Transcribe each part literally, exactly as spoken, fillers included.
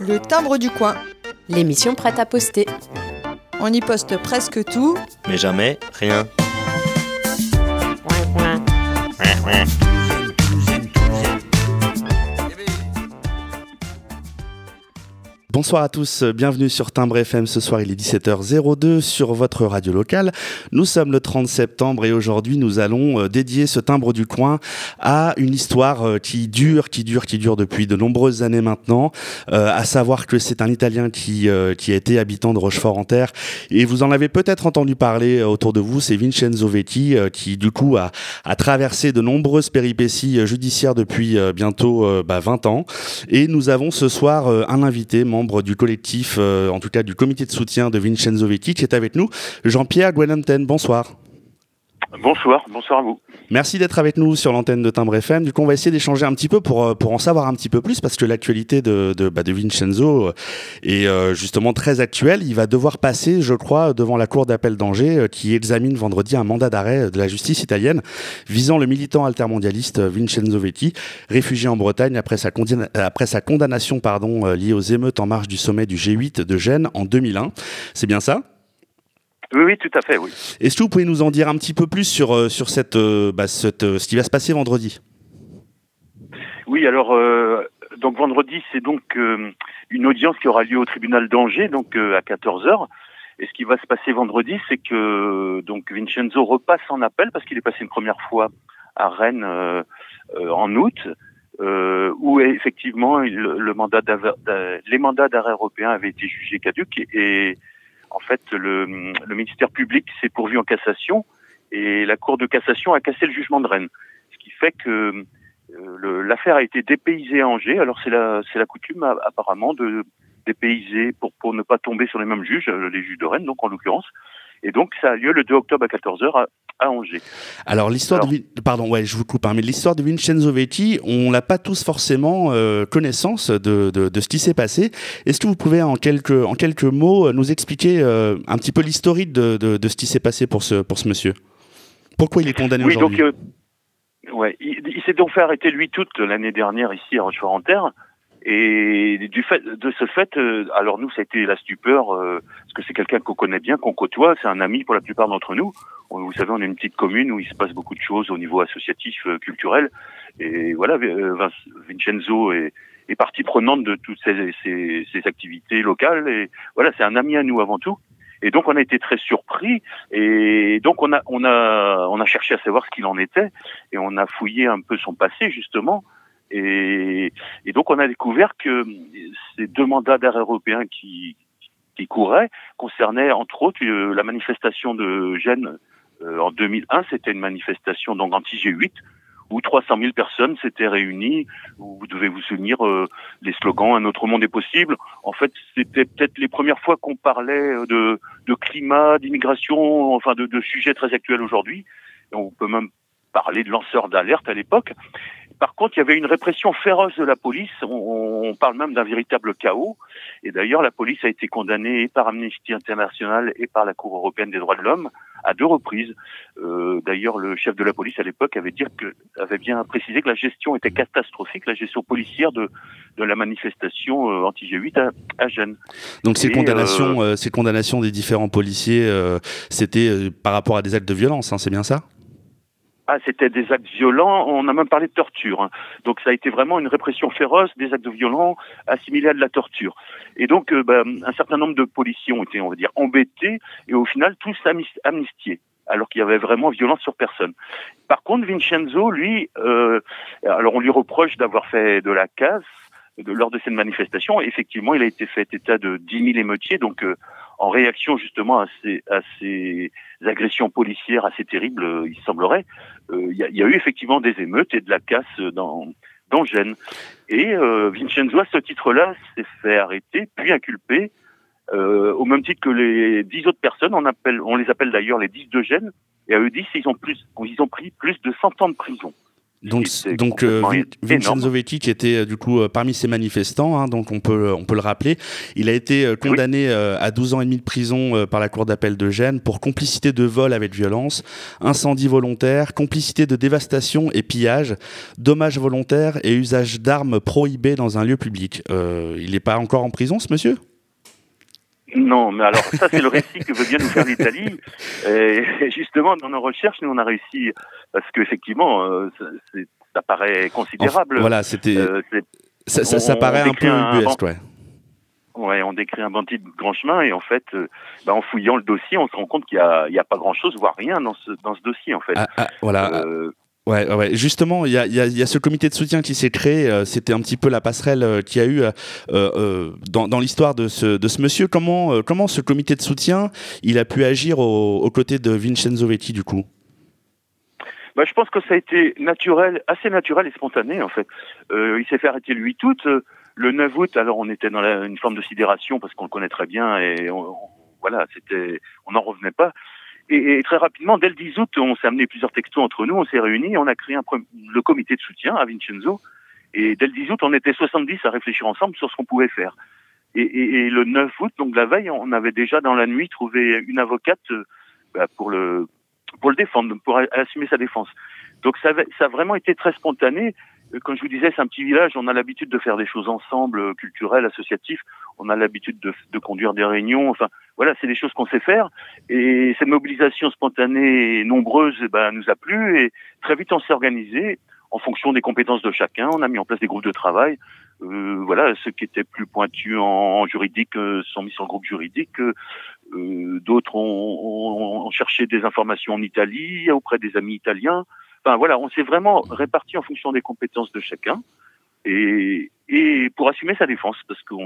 Le timbre du coin. L'émission prête à poster. On y poste presque tout, mais jamais rien. Bonsoir à tous, bienvenue sur Timbre F M. Ce soir il est dix-sept heures zéro deux sur votre radio locale. Nous sommes le trente septembre et aujourd'hui nous allons dédier ce timbre du coin à une histoire qui dure, qui dure, qui dure depuis de nombreuses années maintenant. Euh, à savoir que c'est un Italien qui, euh, qui a été habitant de Rochefort-en-Terre et vous en avez peut-être entendu parler autour de vous, c'est Vincenzo Vetti euh, qui du coup a, a traversé de nombreuses péripéties judiciaires depuis euh, bientôt euh, bah, vingt ans. Et nous avons ce soir euh, un invité, membre du collectif, euh, en tout cas du comité de soutien de Vincenzo Vetti, qui est avec nous, Jean-Pierre Guenanten. Bonsoir. Bonsoir, bonsoir à vous. Merci d'être avec nous sur l'antenne de Timbre F M. Du coup, on va essayer d'échanger un petit peu pour, pour en savoir un petit peu plus, parce que l'actualité de, de, bah, de Vincenzo est euh, justement très actuelle. Il va devoir passer, je crois, devant la cour d'appel d'Angers, euh, qui examine vendredi un mandat d'arrêt de la justice italienne visant le militant altermondialiste Vincenzo Vetti, réfugié en Bretagne après sa, condamna- après sa condamnation pardon, euh, liée aux émeutes en marge du sommet du G huit de Gênes en deux mille un. C'est bien ça ? Oui, oui, tout à fait, oui. Est-ce que vous pouvez nous en dire un petit peu plus sur, sur cette, euh, bah, cette, euh, ce qui va se passer vendredi ? Oui, alors, euh, donc vendredi, c'est donc euh, une audience qui aura lieu au tribunal d'Angers, donc euh, à quatorze heures. Et ce qui va se passer vendredi, c'est que donc Vincenzo repasse en appel, parce qu'il est passé une première fois à Rennes euh, euh, en août, euh, où effectivement le, le mandat les mandats d'arrêt européens avaient été jugés caducs et, et en fait, le, le ministère public s'est pourvu en cassation et la Cour de cassation a cassé le jugement de Rennes. Ce qui fait que euh, le, l'affaire a été dépaysée à Angers. Alors c'est la, c'est la coutume apparemment de dépayser pour, pour ne pas tomber sur les mêmes juges, les juges de Rennes donc en l'occurrence. Et donc ça a lieu le deux octobre à quatorze heures à, à Angers. Alors l'histoire Alors, de pardon ouais je vous coupe hein, mais l'histoire de Vincenzo Vetti, on n'a pas tous forcément euh, connaissance de, de de ce qui s'est passé. Est-ce que vous pouvez en quelques en quelques mots nous expliquer euh, un petit peu l'historique de, de de ce qui s'est passé pour ce pour ce monsieur ? Pourquoi il est condamné oui, aujourd'hui ? donc euh, ouais, il, il s'est donc fait arrêter lui toute l'année dernière ici à Rochefort-en-Terre. Et du fait, de ce fait, euh, alors nous, ça a été la stupeur, euh, parce que c'est quelqu'un qu'on connaît bien, qu'on côtoie, c'est un ami pour la plupart d'entre nous. On, vous savez, on est une petite commune où il se passe beaucoup de choses au niveau associatif, euh, culturel. Et voilà, euh, Vincenzo est, est partie prenante de toutes ces, ces, ces activités locales. Et voilà, c'est un ami à nous avant tout. Et donc on a été très surpris. Et donc on a, on a, on a cherché à savoir ce qu'il en était. Et on a fouillé un peu son passé justement. Et, et donc on a découvert que ces deux mandats d'arrêt européens qui, qui couraient concernaient entre autres euh, la manifestation de Gênes euh, en deux mille un. C'était une manifestation donc anti-G huit où trois cent mille personnes s'étaient réunies. Où vous devez vous souvenir euh, les slogans « Un autre monde est possible ». En fait, c'était peut-être les premières fois qu'on parlait de, de climat, d'immigration, enfin de, de sujets très actuels aujourd'hui. Et on peut même parler de lanceurs d'alerte à l'époque. Par contre, il y avait une répression féroce de la police. On, on parle même d'un véritable chaos. Et d'ailleurs, la police a été condamnée par Amnesty International et par la Cour européenne des droits de l'homme à deux reprises. Euh, d'ailleurs, le chef de la police à l'époque avait, dire que, avait bien précisé que la gestion était catastrophique, la gestion policière de, de la manifestation euh, anti-G huit à, à Gênes. Donc ces et, condamnations, euh, euh, ces condamnations des différents policiers, euh, c'était euh, par rapport à des actes de violence, hein, c'est bien ça ? Ah, c'était des actes violents, on a même parlé de torture. Hein. Donc ça a été vraiment une répression féroce, des actes violents assimilés à de la torture. Et donc euh, bah, un certain nombre de policiers ont été, on va dire, embêtés et au final tous amnistiés, alors qu'il y avait vraiment violence sur personne. Par contre, Vincenzo, lui, euh, alors on lui reproche d'avoir fait de la casse de, lors de cette manifestation. Effectivement, il a été fait état de dix mille émeutiers, donc euh, en réaction justement à ces, à ces agressions policières assez terribles, euh, il semblerait, il euh, y, y a eu effectivement des émeutes et de la casse dans, dans Gênes. Et euh, Vincenzo, à ce titre-là, s'est fait arrêter, puis inculpé, euh, au même titre que les dix autres personnes, on, appelle, on les appelle d'ailleurs les dix de Gênes, et à eux dix, ils ont, plus, ils ont pris plus de cent ans de prison. Donc, donc euh, Vincenzo Vetti, qui était euh, du coup euh, parmi ces manifestants, hein, donc on peut, on peut le rappeler, il a été euh, condamné oui. euh, à douze ans et demi de prison euh, par la cour d'appel de Gênes pour complicité de vol avec violence, incendie volontaire, complicité de dévastation et pillage, dommages volontaires et usage d'armes prohibées dans un lieu public. Euh, il n'est pas encore en prison, ce monsieur ? Non, mais alors ça c'est le récit que veut bien nous faire l'Italie. Et justement, dans nos recherches, nous on a réussi parce qu'effectivement, euh, ça, c'est, ça paraît considérable. Enfin, voilà, c'était. Euh, ça, ça, ça on, paraît on un peu ubuesque, ouais. Ouais, on décrit un bandit de grand chemin et en fait, euh, bah, en fouillant le dossier, on se rend compte qu'il y a, il y a pas grand-chose, voire rien dans ce dans ce dossier en fait. Ah, ah, voilà. Euh, Ouais, ouais, justement, il y a, y, a, y a ce comité de soutien qui s'est créé. Euh, c'était un petit peu la passerelle euh, qu'il y a eu euh, euh, dans, dans l'histoire de ce, de ce monsieur. Comment, euh, comment ce comité de soutien, il a pu agir au, aux côtés de Vincenzo Vetti, du coup ? Bah, je pense que ça a été naturel, assez naturel et spontané, en fait. Euh, il s'est fait arrêter le huit août. Euh, le neuf août, alors on était dans la, une forme de sidération parce qu'on le connaît très bien et on, on, voilà, c'était, on n'en revenait pas. Et, et très rapidement, dès le dix août, on s'est amené plusieurs textos entre nous, on s'est réunis, on a créé un, le comité de soutien à Vincenzo. Et dès le dix août, on était soixante-dix à réfléchir ensemble sur ce qu'on pouvait faire. Et, et, et le neuf août, donc la veille, on avait déjà dans la nuit trouvé une avocate euh, bah, pour le pour le défendre, pour assumer sa défense. Donc ça, avait, ça a vraiment été très spontané. Comme je vous disais, c'est un petit village, on a l'habitude de faire des choses ensemble, culturelles, associatives. On a l'habitude de, de conduire des réunions. Enfin, voilà, c'est des choses qu'on sait faire. Et cette mobilisation spontanée et nombreuse, eh ben, nous a plu. Et très vite, on s'est organisé en fonction des compétences de chacun. On a mis en place des groupes de travail. Euh, voilà, ceux qui étaient plus pointus en, en juridique euh, sont mis sur le groupe juridique. Euh, d'autres ont, ont, ont cherché des informations en Italie, auprès des amis italiens. Enfin voilà, on s'est vraiment réparti en fonction des compétences de chacun et, et pour assumer sa défense parce que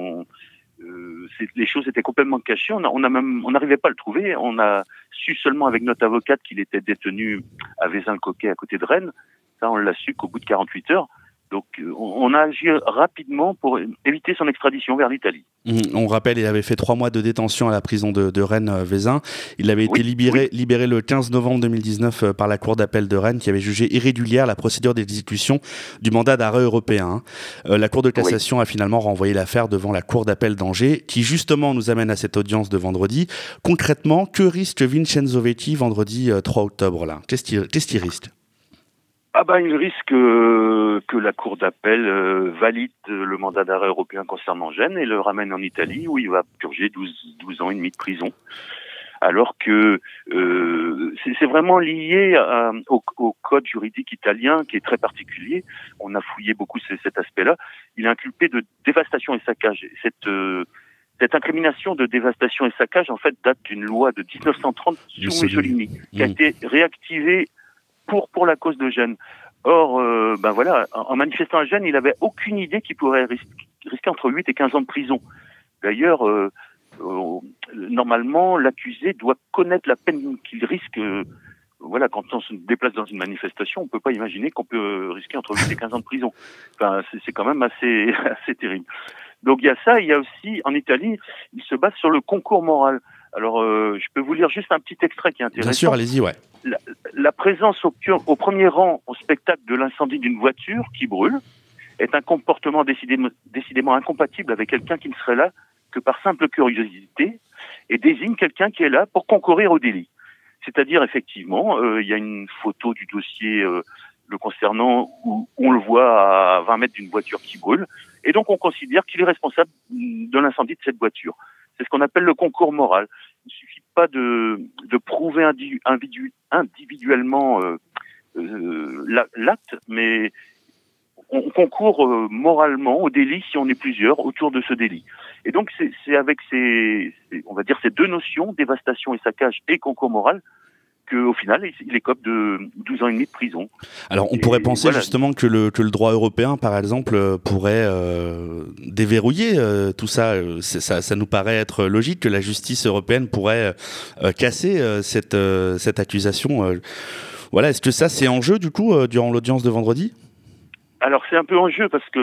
euh, les choses étaient complètement cachées. On a, on a même, on n'arrivait pas à le trouver. On a su seulement avec notre avocate qu'il était détenu à Vezin-le-Coquet à côté de Rennes. Ça, on l'a su qu'au bout de quarante-huit heures. Donc, on a agi rapidement pour éviter son extradition vers l'Italie. Mmh, on rappelle, il avait fait trois mois de détention à la prison de, de Rennes-Vézin. Il avait été oui, libéré, oui. libéré le quinze novembre deux mille dix-neuf par la Cour d'appel de Rennes, qui avait jugé irrégulière la procédure d'exécution du mandat d'arrêt européen. Euh, la Cour de cassation oui. a finalement renvoyé l'affaire devant la Cour d'appel d'Angers, qui justement nous amène à cette audience de vendredi. Concrètement, que risque Vincenzo Vetti vendredi euh, trois octobre là ? Qu'est-ce qu'il, qu'est-ce qu'il risque ? Ah ben, il risque euh, que la Cour d'appel euh, valide le mandat d'arrêt européen concernant Gênes et le ramène en Italie où il va purger douze, douze ans et demi de prison. Alors que euh, c'est, c'est vraiment lié à, au, au code juridique italien qui est très particulier. On a fouillé beaucoup ce, cet aspect-là. Il est inculpé de dévastation et saccage. Cette, euh, cette incrimination de dévastation et saccage, en fait, date d'une loi de dix-neuf cent trente sous Mussolini, qui a mmh. été réactivée pour pour la cause de Gênes. Or, euh, ben voilà, en, en manifestant à Gênes, il avait aucune idée qu'il pourrait risquer, risquer entre huit et quinze ans de prison. D'ailleurs, euh, euh, normalement, l'accusé doit connaître la peine qu'il risque. Euh, voilà, quand on se déplace dans une manifestation, on peut pas imaginer qu'on peut risquer entre huit et quinze ans de prison. Enfin, c'est, c'est quand même assez assez terrible. Donc il y a ça, il y a aussi en Italie, il se base sur le concours moral. Alors, euh, je peux vous lire juste un petit extrait qui est intéressant. Bien sûr, allez-y, ouais. La, la présence au, au premier rang au spectacle de l'incendie d'une voiture qui brûle est un comportement décidément, décidément incompatible avec quelqu'un qui ne serait là que par simple curiosité et désigne quelqu'un qui est là pour concourir au délit. C'est-à-dire, effectivement, euh, il y a une photo du dossier euh, le concernant où on le voit à vingt mètres d'une voiture qui brûle et donc on considère qu'il est responsable de l'incendie de cette voiture. C'est ce qu'on appelle le concours moral. Il ne suffit pas de, de prouver individu, individu, individuellement euh, euh, l'acte, mais on concourt euh, moralement au délit si on est plusieurs autour de ce délit. Et donc c'est, c'est avec ces, ces, on va dire ces deux notions, dévastation et saccage et concours moral, qu'au final, il écope de douze ans et demi de prison. Alors, on et pourrait penser voilà. justement que le, que le droit européen, par exemple, pourrait euh, déverrouiller euh, tout ça. ça. Ça nous paraît être logique que la justice européenne pourrait euh, casser euh, cette, euh, cette accusation. Euh. Voilà, est-ce que ça, c'est en jeu, du coup, euh, durant l'audience de vendredi ? Alors, c'est un peu en jeu parce que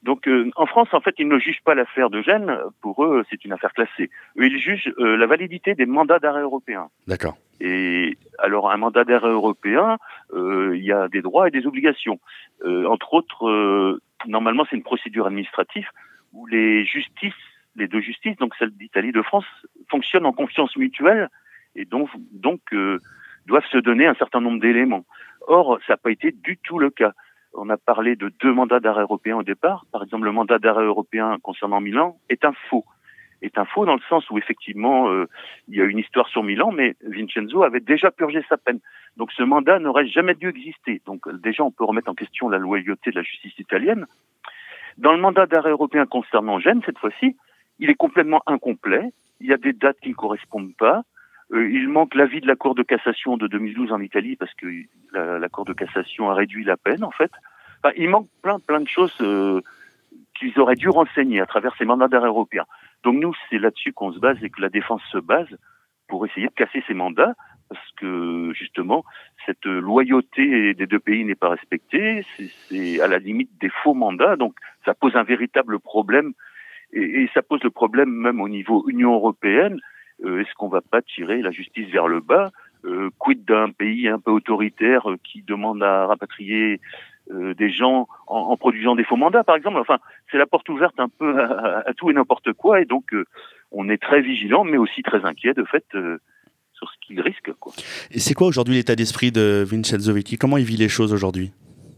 Donc euh, en France, en fait, ils ne jugent pas l'affaire de Gênes. Pour eux, c'est une affaire classée. Eux, ils jugent euh, la validité des mandats d'arrêt européens. D'accord. Et alors, un mandat d'arrêt européen, euh, il y a des droits et des obligations. Euh, entre autres, euh, normalement, c'est une procédure administrative où les justices, les deux justices, donc celle d'Italie et de France, fonctionnent en confiance mutuelle et donc, donc euh, doivent se donner un certain nombre d'éléments. Or, ça n'a pas été du tout le cas. On a parlé de deux mandats d'arrêt européens au départ. Par exemple, le mandat d'arrêt européen concernant Milan est un faux. Est un faux dans le sens où effectivement euh, il y a une histoire sur Milan, mais Vincenzo avait déjà purgé sa peine. Donc ce mandat n'aurait jamais dû exister. Donc déjà on peut remettre en question la loyauté de la justice italienne. Dans le mandat d'arrêt européen concernant Gênes, cette fois-ci, il est complètement incomplet. Il y a des dates qui ne correspondent pas. Euh, il manque l'avis de la Cour de cassation de deux mille douze en Italie parce que la, la Cour de cassation a réduit la peine en fait. Enfin, il manque plein plein de choses euh, qu'ils auraient dû renseigner à travers ces mandats d'arrêt européens. Donc nous, c'est là-dessus qu'on se base et que la défense se base pour essayer de casser ces mandats, parce que justement, cette loyauté des deux pays n'est pas respectée, c'est, c'est à la limite des faux mandats, donc ça pose un véritable problème, et, et ça pose le problème même au niveau Union européenne. Euh, est-ce qu'on va pas tirer la justice vers le bas? euh, Quid d'un pays un peu autoritaire euh, qui demande à rapatrier Euh, des gens en, en produisant des faux mandats, par exemple. Enfin, c'est la porte ouverte un peu à, à tout et n'importe quoi, et donc euh, on est très vigilant, mais aussi très inquiet de fait euh, sur ce qu'il risque, quoi. Et c'est quoi aujourd'hui l'état d'esprit de Vincenzo Vitti? Comment il vit les choses aujourd'hui?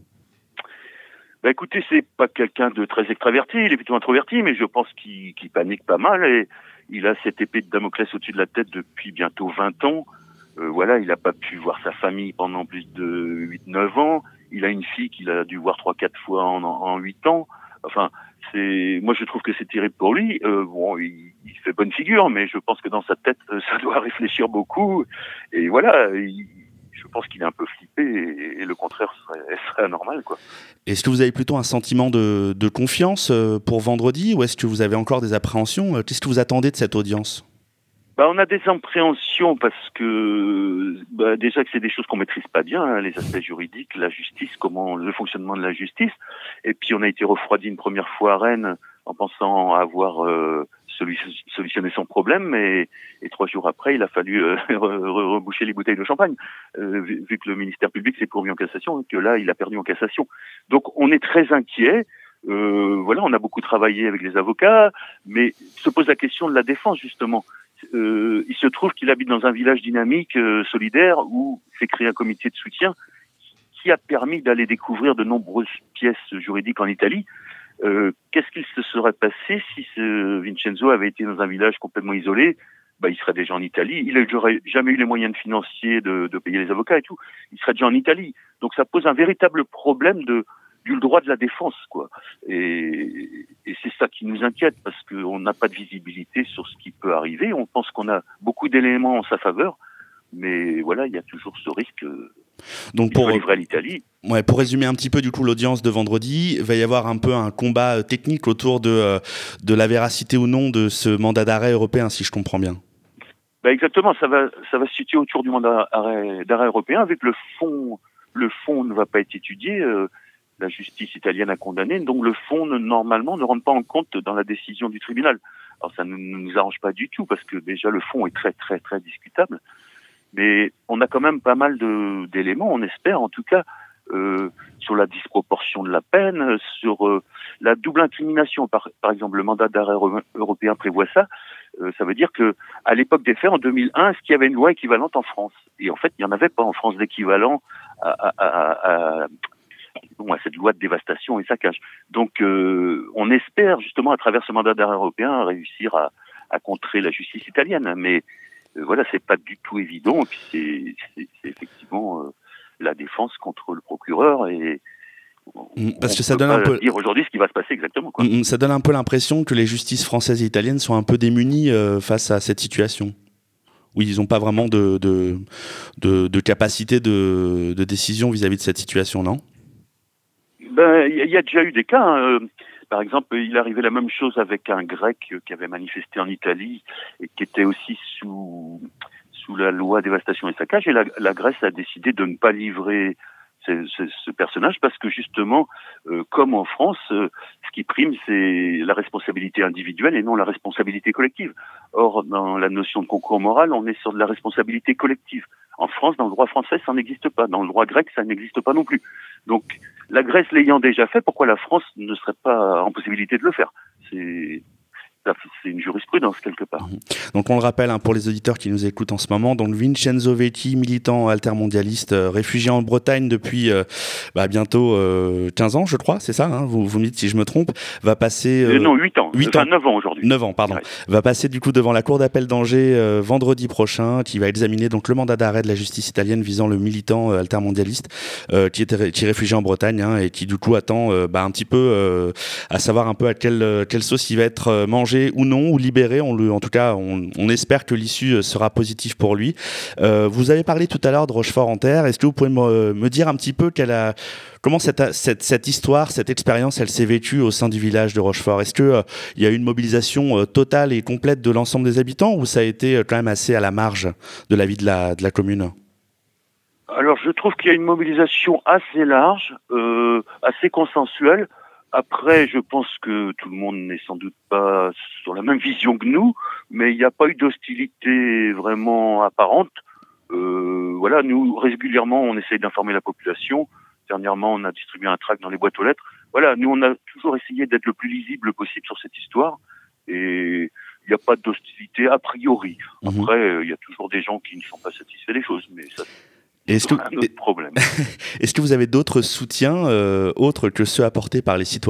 Bah écoutez, c'est pas quelqu'un de très extraverti, il est plutôt introverti, mais je pense qu'il, qu'il panique pas mal, et il a cette épée de Damoclès au-dessus de la tête depuis bientôt vingt ans. Euh, voilà, il n'a pas pu voir sa famille pendant plus de huit neuf ans. Il a une fille qu'il a dû voir trois quatre fois en, en huit ans. Enfin, c'est, moi je trouve que c'est terrible pour lui. Euh, bon, il, il fait bonne figure, mais je pense que dans sa tête, ça doit réfléchir beaucoup. Et voilà, il, je pense qu'il est un peu flippé, et, et le contraire serait, serait anormal, quoi. Est-ce que vous avez plutôt un sentiment de, de confiance pour vendredi, ou est-ce que vous avez encore des appréhensions? Qu'est-ce que vous attendez de cette audience? Bah, on a des appréhensions parce que bah, déjà que c'est des choses qu'on maîtrise pas bien, hein, les aspects juridiques, la justice, comment le fonctionnement de la justice. Et puis on a été refroidi une première fois à Rennes en pensant avoir euh, solutionné son problème, et, et trois jours après, il a fallu euh, reboucher les bouteilles de champagne, euh, vu, vu que le ministère public s'est pourvu en cassation, et que là, il a perdu en cassation. Donc on est très inquiet. Euh, voilà, on a beaucoup travaillé avec les avocats, mais se pose la question de la défense justement. Euh, il se trouve qu'il habite dans un village dynamique, euh, solidaire, où s'est créé un comité de soutien qui a permis d'aller découvrir de nombreuses pièces juridiques en Italie. Euh, qu'est-ce qu'il se serait passé si ce Vincenzo avait été dans un village complètement isolé? Bah, il serait déjà en Italie. Il n'aurait jamais eu les moyens financiers de, de payer les avocats et tout. Il serait déjà en Italie. Donc ça pose un véritable problème de du droit de la défense, quoi. Et, et c'est ça qui nous inquiète, parce qu'on n'a pas de visibilité sur ce qui peut arriver. On pense qu'on a beaucoup d'éléments en sa faveur, mais voilà, il y a toujours ce risque. Donc pour livrer à l'Italie. Ouais, pour résumer un petit peu du coup l'audience de vendredi, il va y avoir un peu un combat technique autour de de la véracité ou non de ce mandat d'arrêt européen, si je comprends bien. Bah exactement, ça va ça va se situer autour du mandat d'arrêt, d'arrêt européen, avec le fond le fond ne va pas être étudié. Euh, La justice italienne a condamné, donc le fond, ne, normalement, ne rentre pas en compte dans la décision du tribunal. Alors ça ne nous arrange pas du tout, parce que déjà le fond est très très très discutable. Mais on a quand même pas mal de, d'éléments, on espère en tout cas, euh, sur la disproportion de la peine, sur euh, la double incrimination. Par, par exemple, le mandat d'arrêt européen prévoit ça. Euh, ça veut dire que à l'époque des faits, en deux mille un, est-ce qu'il y avait une loi équivalente en France? Et en fait, il n'y en avait pas en France d'équivalent à, à, à, à Bon, à cette loi de dévastation et saccage. Donc, euh, on espère justement, à travers ce mandat d'arrêt européen, réussir à, à contrer la justice italienne. Mais euh, voilà, c'est pas du tout évident. Et puis, c'est, c'est, c'est effectivement euh, la défense contre le procureur. Et parce que ça donne un peu dire aujourd'hui ce qui va se passer exactement, quoi. Ça donne un peu l'impression que les justices françaises et italiennes sont un peu démunies euh, face à cette situation. Oui, ils n'ont pas vraiment de, de, de, de capacité de, de décision vis-à-vis de cette situation, non? Ben, il y a déjà eu des cas. Hein. Par exemple, il arrivait la même chose avec un Grec qui avait manifesté en Italie et qui était aussi sous sous la loi dévastation et saccage. Et la, la Grèce a décidé de ne pas livrer ce, ce, ce personnage, parce que justement, euh, comme en France, euh, ce qui prime, c'est la responsabilité individuelle et non la responsabilité collective. Or, dans la notion de concours moral, on est sur de la responsabilité collective. En France, dans le droit français, ça n'existe pas. Dans le droit grec, ça n'existe pas non plus. Donc, la Grèce l'ayant déjà fait, pourquoi la France ne serait pas en possibilité de le faire ? C'est... C'est une jurisprudence quelque part. Donc on le rappelle hein, pour les auditeurs qui nous écoutent en ce moment, donc Vincenzo Vetti, militant altermondialiste, euh, réfugié en Bretagne depuis euh, bah, bientôt euh, quinze ans je crois, c'est ça hein, vous, vous me dites si je me trompe, va passer... Euh, euh, non, huit ans, huit enfin ans. neuf ans aujourd'hui. neuf ans, pardon. Ouais. Va passer du coup devant la cour d'appel d'Angers euh, vendredi prochain, qui va examiner donc le mandat d'arrêt de la justice italienne visant le militant euh, altermondialiste euh, qui, était, qui est réfugié en Bretagne hein, et qui du coup attend euh, bah, un petit peu euh, à savoir un peu à quelle, quelle sauce il va être euh, mangé ou non, ou libéré. On le, en tout cas, on, on espère que l'issue sera positive pour lui. Euh, vous avez parlé tout à l'heure de Rochefort-en-Terre. Est-ce que vous pouvez me, me dire un petit peu quelle a, comment cette, cette, cette histoire, cette expérience, elle s'est vécue au sein du village de Rochefort ? Est-ce qu'il euh, y a eu une mobilisation euh, totale et complète de l'ensemble des habitants ou ça a été euh, quand même assez à la marge de la vie de la, de la commune ? Alors, je trouve qu'il y a une mobilisation assez large, euh, assez consensuelle. Après, je pense que tout le monde n'est sans doute pas sur la même vision que nous, mais il n'y a pas eu d'hostilité vraiment apparente. Euh, voilà, nous, régulièrement, on essaye d'informer la population. Dernièrement, on a distribué un tract dans les boîtes aux lettres. Voilà, nous, on a toujours essayé d'être le plus lisible possible sur cette histoire. Et il n'y a pas d'hostilité a priori. Après, il mmh. y a toujours des gens qui ne sont pas satisfaits des choses, mais ça... Est-ce que, un autre problème. Est-ce que vous avez d'autres soutiens euh, autres que ceux apportés par les citoyens ?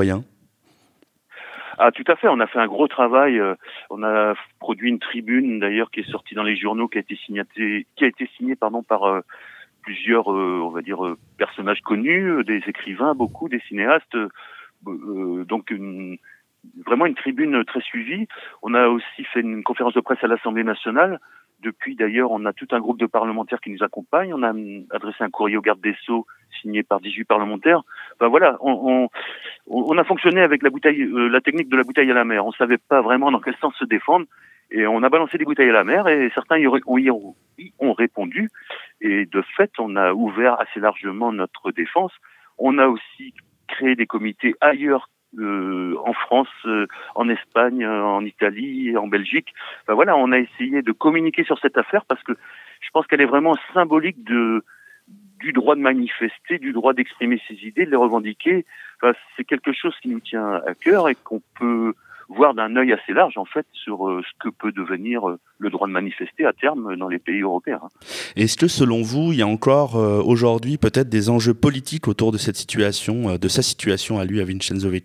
Ah, tout à fait. On a fait un gros travail. Euh, on a produit une tribune, d'ailleurs, qui est sortie dans les journaux, qui a été signée, qui a été signée, pardon, par euh, plusieurs, euh, on va dire, euh, personnages connus, euh, des écrivains, beaucoup, des cinéastes. Euh, euh, donc, une, vraiment une tribune très suivie. On a aussi fait une conférence de presse à l'Assemblée nationale. Depuis, d'ailleurs, on a tout un groupe de parlementaires qui nous accompagnent. On a adressé un courrier au garde des Sceaux signé par dix-huit parlementaires. Enfin voilà, on, on, on a fonctionné avec la bouteille, euh, la technique de la bouteille à la mer. On savait pas vraiment dans quel sens se défendre. Et on a balancé des bouteilles à la mer et certains y ont, y ont, y ont répondu. Et de fait, on a ouvert assez largement notre défense. On a aussi créé des comités ailleurs Euh, en France, euh, en Espagne, euh, en Italie, en Belgique. Enfin, voilà, on a essayé de communiquer sur cette affaire parce que je pense qu'elle est vraiment symbolique de du droit de manifester, du droit d'exprimer ses idées, de les revendiquer. Enfin, c'est quelque chose qui nous tient à cœur et qu'on peut voir d'un œil assez large, en fait, sur euh, ce que peut devenir euh, le droit de manifester à terme dans les pays européens. Est-ce que, selon vous, il y a encore euh, aujourd'hui peut-être des enjeux politiques autour de cette situation, euh, de sa situation à lui, à Vincenzo Vetti ?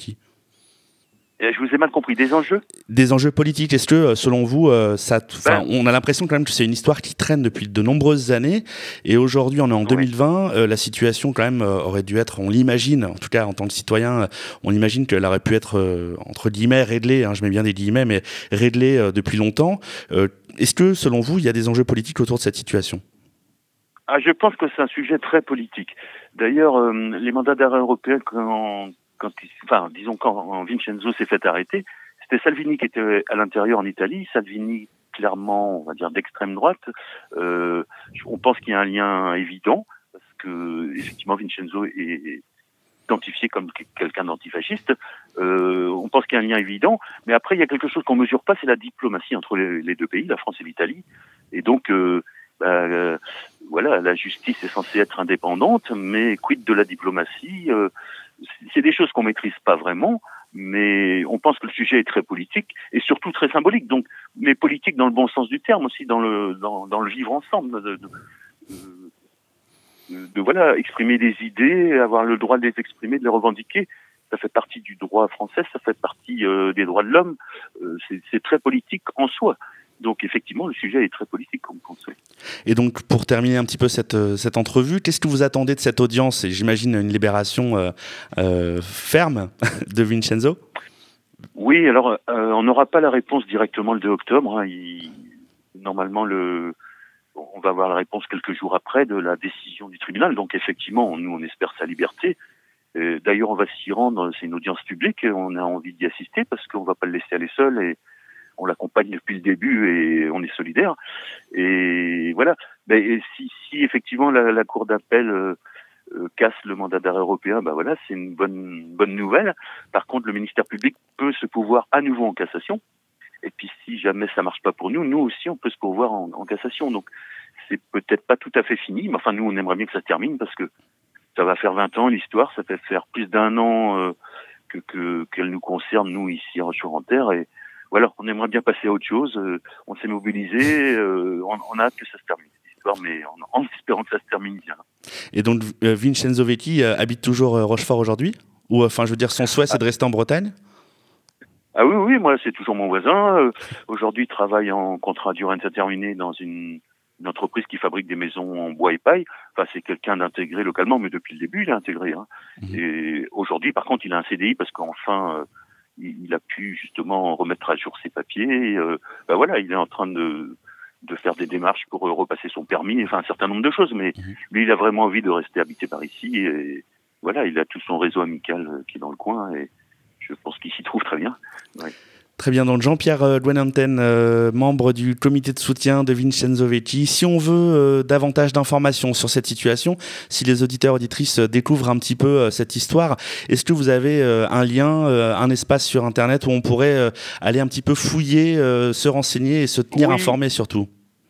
Je vous ai mal compris. Des enjeux ? Des enjeux politiques. Est-ce que, selon vous, euh, ça, ben, on a l'impression quand même que c'est une histoire qui traîne depuis de nombreuses années, et aujourd'hui, on est en deux mille vingt. Euh, la situation, quand même, euh, aurait dû être, on l'imagine, en tout cas en tant que citoyen, on imagine qu'elle aurait pu être euh, entre guillemets réglée. Hein, je mets bien des guillemets, mais réglée euh, depuis longtemps. Euh, est-ce que, selon vous, il y a des enjeux politiques autour de cette situation ? Ah, je pense que c'est un sujet très politique. D'ailleurs, euh, les mandats d'arrêt européens, quand Quand, enfin, disons quand Vincenzo s'est fait arrêter, c'était Salvini qui était à l'intérieur en Italie. Salvini, clairement, on va dire d'extrême droite. Euh, on pense qu'il y a un lien évident parce que effectivement Vincenzo est identifié comme quelqu'un d'antifasciste. Euh, on pense qu'il y a un lien évident, mais après il y a quelque chose qu'on mesure pas, c'est la diplomatie entre les, les deux pays, la France et l'Italie. Et donc, euh, bah, euh, voilà, la justice est censée être indépendante, mais quid de la diplomatie euh, c'est des choses qu'on maîtrise pas vraiment, mais on pense que le sujet est très politique et surtout très symbolique. Donc, mais politique dans le bon sens du terme aussi, dans le dans, dans le vivre ensemble, de, de, de, de voilà exprimer des idées, avoir le droit de les exprimer, de les revendiquer. Ça fait partie du droit français, ça fait partie euh, des droits de l'homme. Euh, c'est, c'est très politique en soi. Donc effectivement, le sujet est très politique, comme on sait. Et donc, pour terminer un petit peu cette, cette entrevue, qu'est-ce que vous attendez de cette audience ? Et j'imagine une libération euh, euh, ferme de Vincenzo ? Oui, alors euh, on n'aura pas la réponse directement le deux octobre. Hein. Il, normalement, le, on va avoir la réponse quelques jours après de la décision du tribunal. Donc effectivement, nous, on espère sa liberté. Euh, d'ailleurs, on va s'y rendre. C'est une audience publique. On a envie d'y assister parce qu'on ne va pas le laisser aller seul et on l'accompagne depuis le début et on est solidaire. Et voilà. Mais si, si effectivement la, la cour d'appel euh, euh, casse le mandat d'arrêt européen, bah voilà, c'est une bonne bonne nouvelle. Par contre, le ministère public peut se pourvoir à nouveau en cassation. Et puis si jamais ça marche pas pour nous, nous aussi on peut se pourvoir en, en cassation. Donc c'est peut-être pas tout à fait fini, mais enfin nous on aimerait bien que ça se termine parce que ça va faire vingt ans l'histoire, ça fait faire plus d'un an euh, que, que qu'elle nous concerne nous ici à Rochefort-en-Terre et voilà, on aimerait bien passer à autre chose. Euh, on s'est mobilisé, euh, on, on a hâte que ça se termine cette histoire, mais en, en espérant que ça se termine bien. Et donc euh, Vincenzo Vecchi euh, habite toujours euh, Rochefort aujourd'hui ? Ou enfin je veux dire son souhait c'est de rester en Bretagne ? Ah oui, oui, moi c'est toujours mon voisin. Euh, aujourd'hui, il travaille en contrat durée indéterminée dans une, une entreprise qui fabrique des maisons en bois et paille. Enfin, c'est quelqu'un d'intégré localement, mais depuis le début, il est intégré. Hein. Mmh. Et aujourd'hui, par contre, il a un C D I parce qu'enfin, euh, il, il a pu justement remettre à jour ses papiers. Et, euh, ben voilà, il est en train de de faire des démarches pour euh, repasser son permis, enfin un certain nombre de choses. Mais mmh. lui, il a vraiment envie de rester habité par ici. Et voilà, il a tout son réseau amical euh, qui est dans le coin. Et je pense qu'il s'y trouve très bien. Ouais. Très bien, donc Jean-Pierre euh, Duenanten, euh, membre du comité de soutien de Vincenzo Vecchi. Si on veut euh, davantage d'informations sur cette situation, si les auditeurs auditrices euh, découvrent un petit peu euh, cette histoire, est-ce que vous avez euh, un lien, euh, un espace sur Internet où on pourrait euh, aller un petit peu fouiller, euh, se renseigner et se tenir oui. informé surtout ?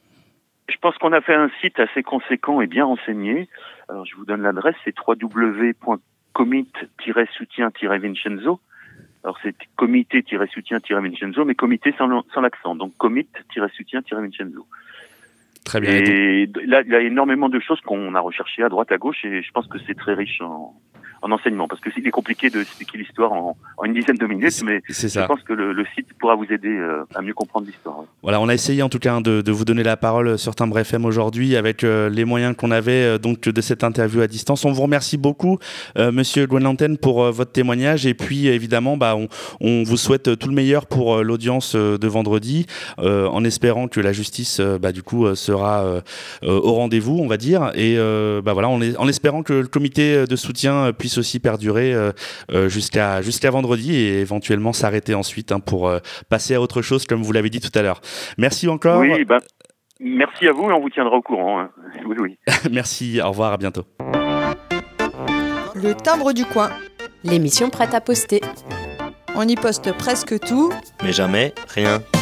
Je pense qu'on a fait un site assez conséquent et bien renseigné. Alors je vous donne l'adresse, c'est w w w point commit tiret soutien tiret vincenzo. Alors c'est comité-soutien-Vincenzo, mais comité sans, sans l'accent, donc commit-soutien-Vincenzo. Très bien. Et là, il y a énormément de choses qu'on a recherchées à droite, à gauche, et je pense que c'est très riche en, en enseignement, parce que c'est compliqué de expliquer l'histoire en, en une dizaine de minutes, c'est, mais c'est je pense que le, le site pourra vous aider euh, à mieux comprendre l'histoire. Ouais. Voilà, on a essayé en tout cas de, de vous donner la parole sur Timbre F M aujourd'hui avec euh, les moyens qu'on avait euh, donc de cette interview à distance. On vous remercie beaucoup, euh, Monsieur Duenanten, pour euh, votre témoignage et puis évidemment, bah, on, on vous souhaite tout le meilleur pour euh, l'audience euh, de vendredi, euh, en espérant que la justice, euh, bah, du coup, euh, sera euh, euh, au rendez-vous, on va dire, et euh, bah voilà, on est, en espérant que le comité de soutien puisse aussi perdurer euh, euh, jusqu'à jusqu'à vendredi et éventuellement s'arrêter ensuite hein, pour euh, passer à autre chose comme vous l'avez dit tout à l'heure. Merci encore. Oui, ben, merci à vous et on vous tiendra au courant. Hein. Oui, oui. Merci, au revoir, à bientôt. Le timbre du coin. L'émission prête à poster. On y poste presque tout, mais jamais rien.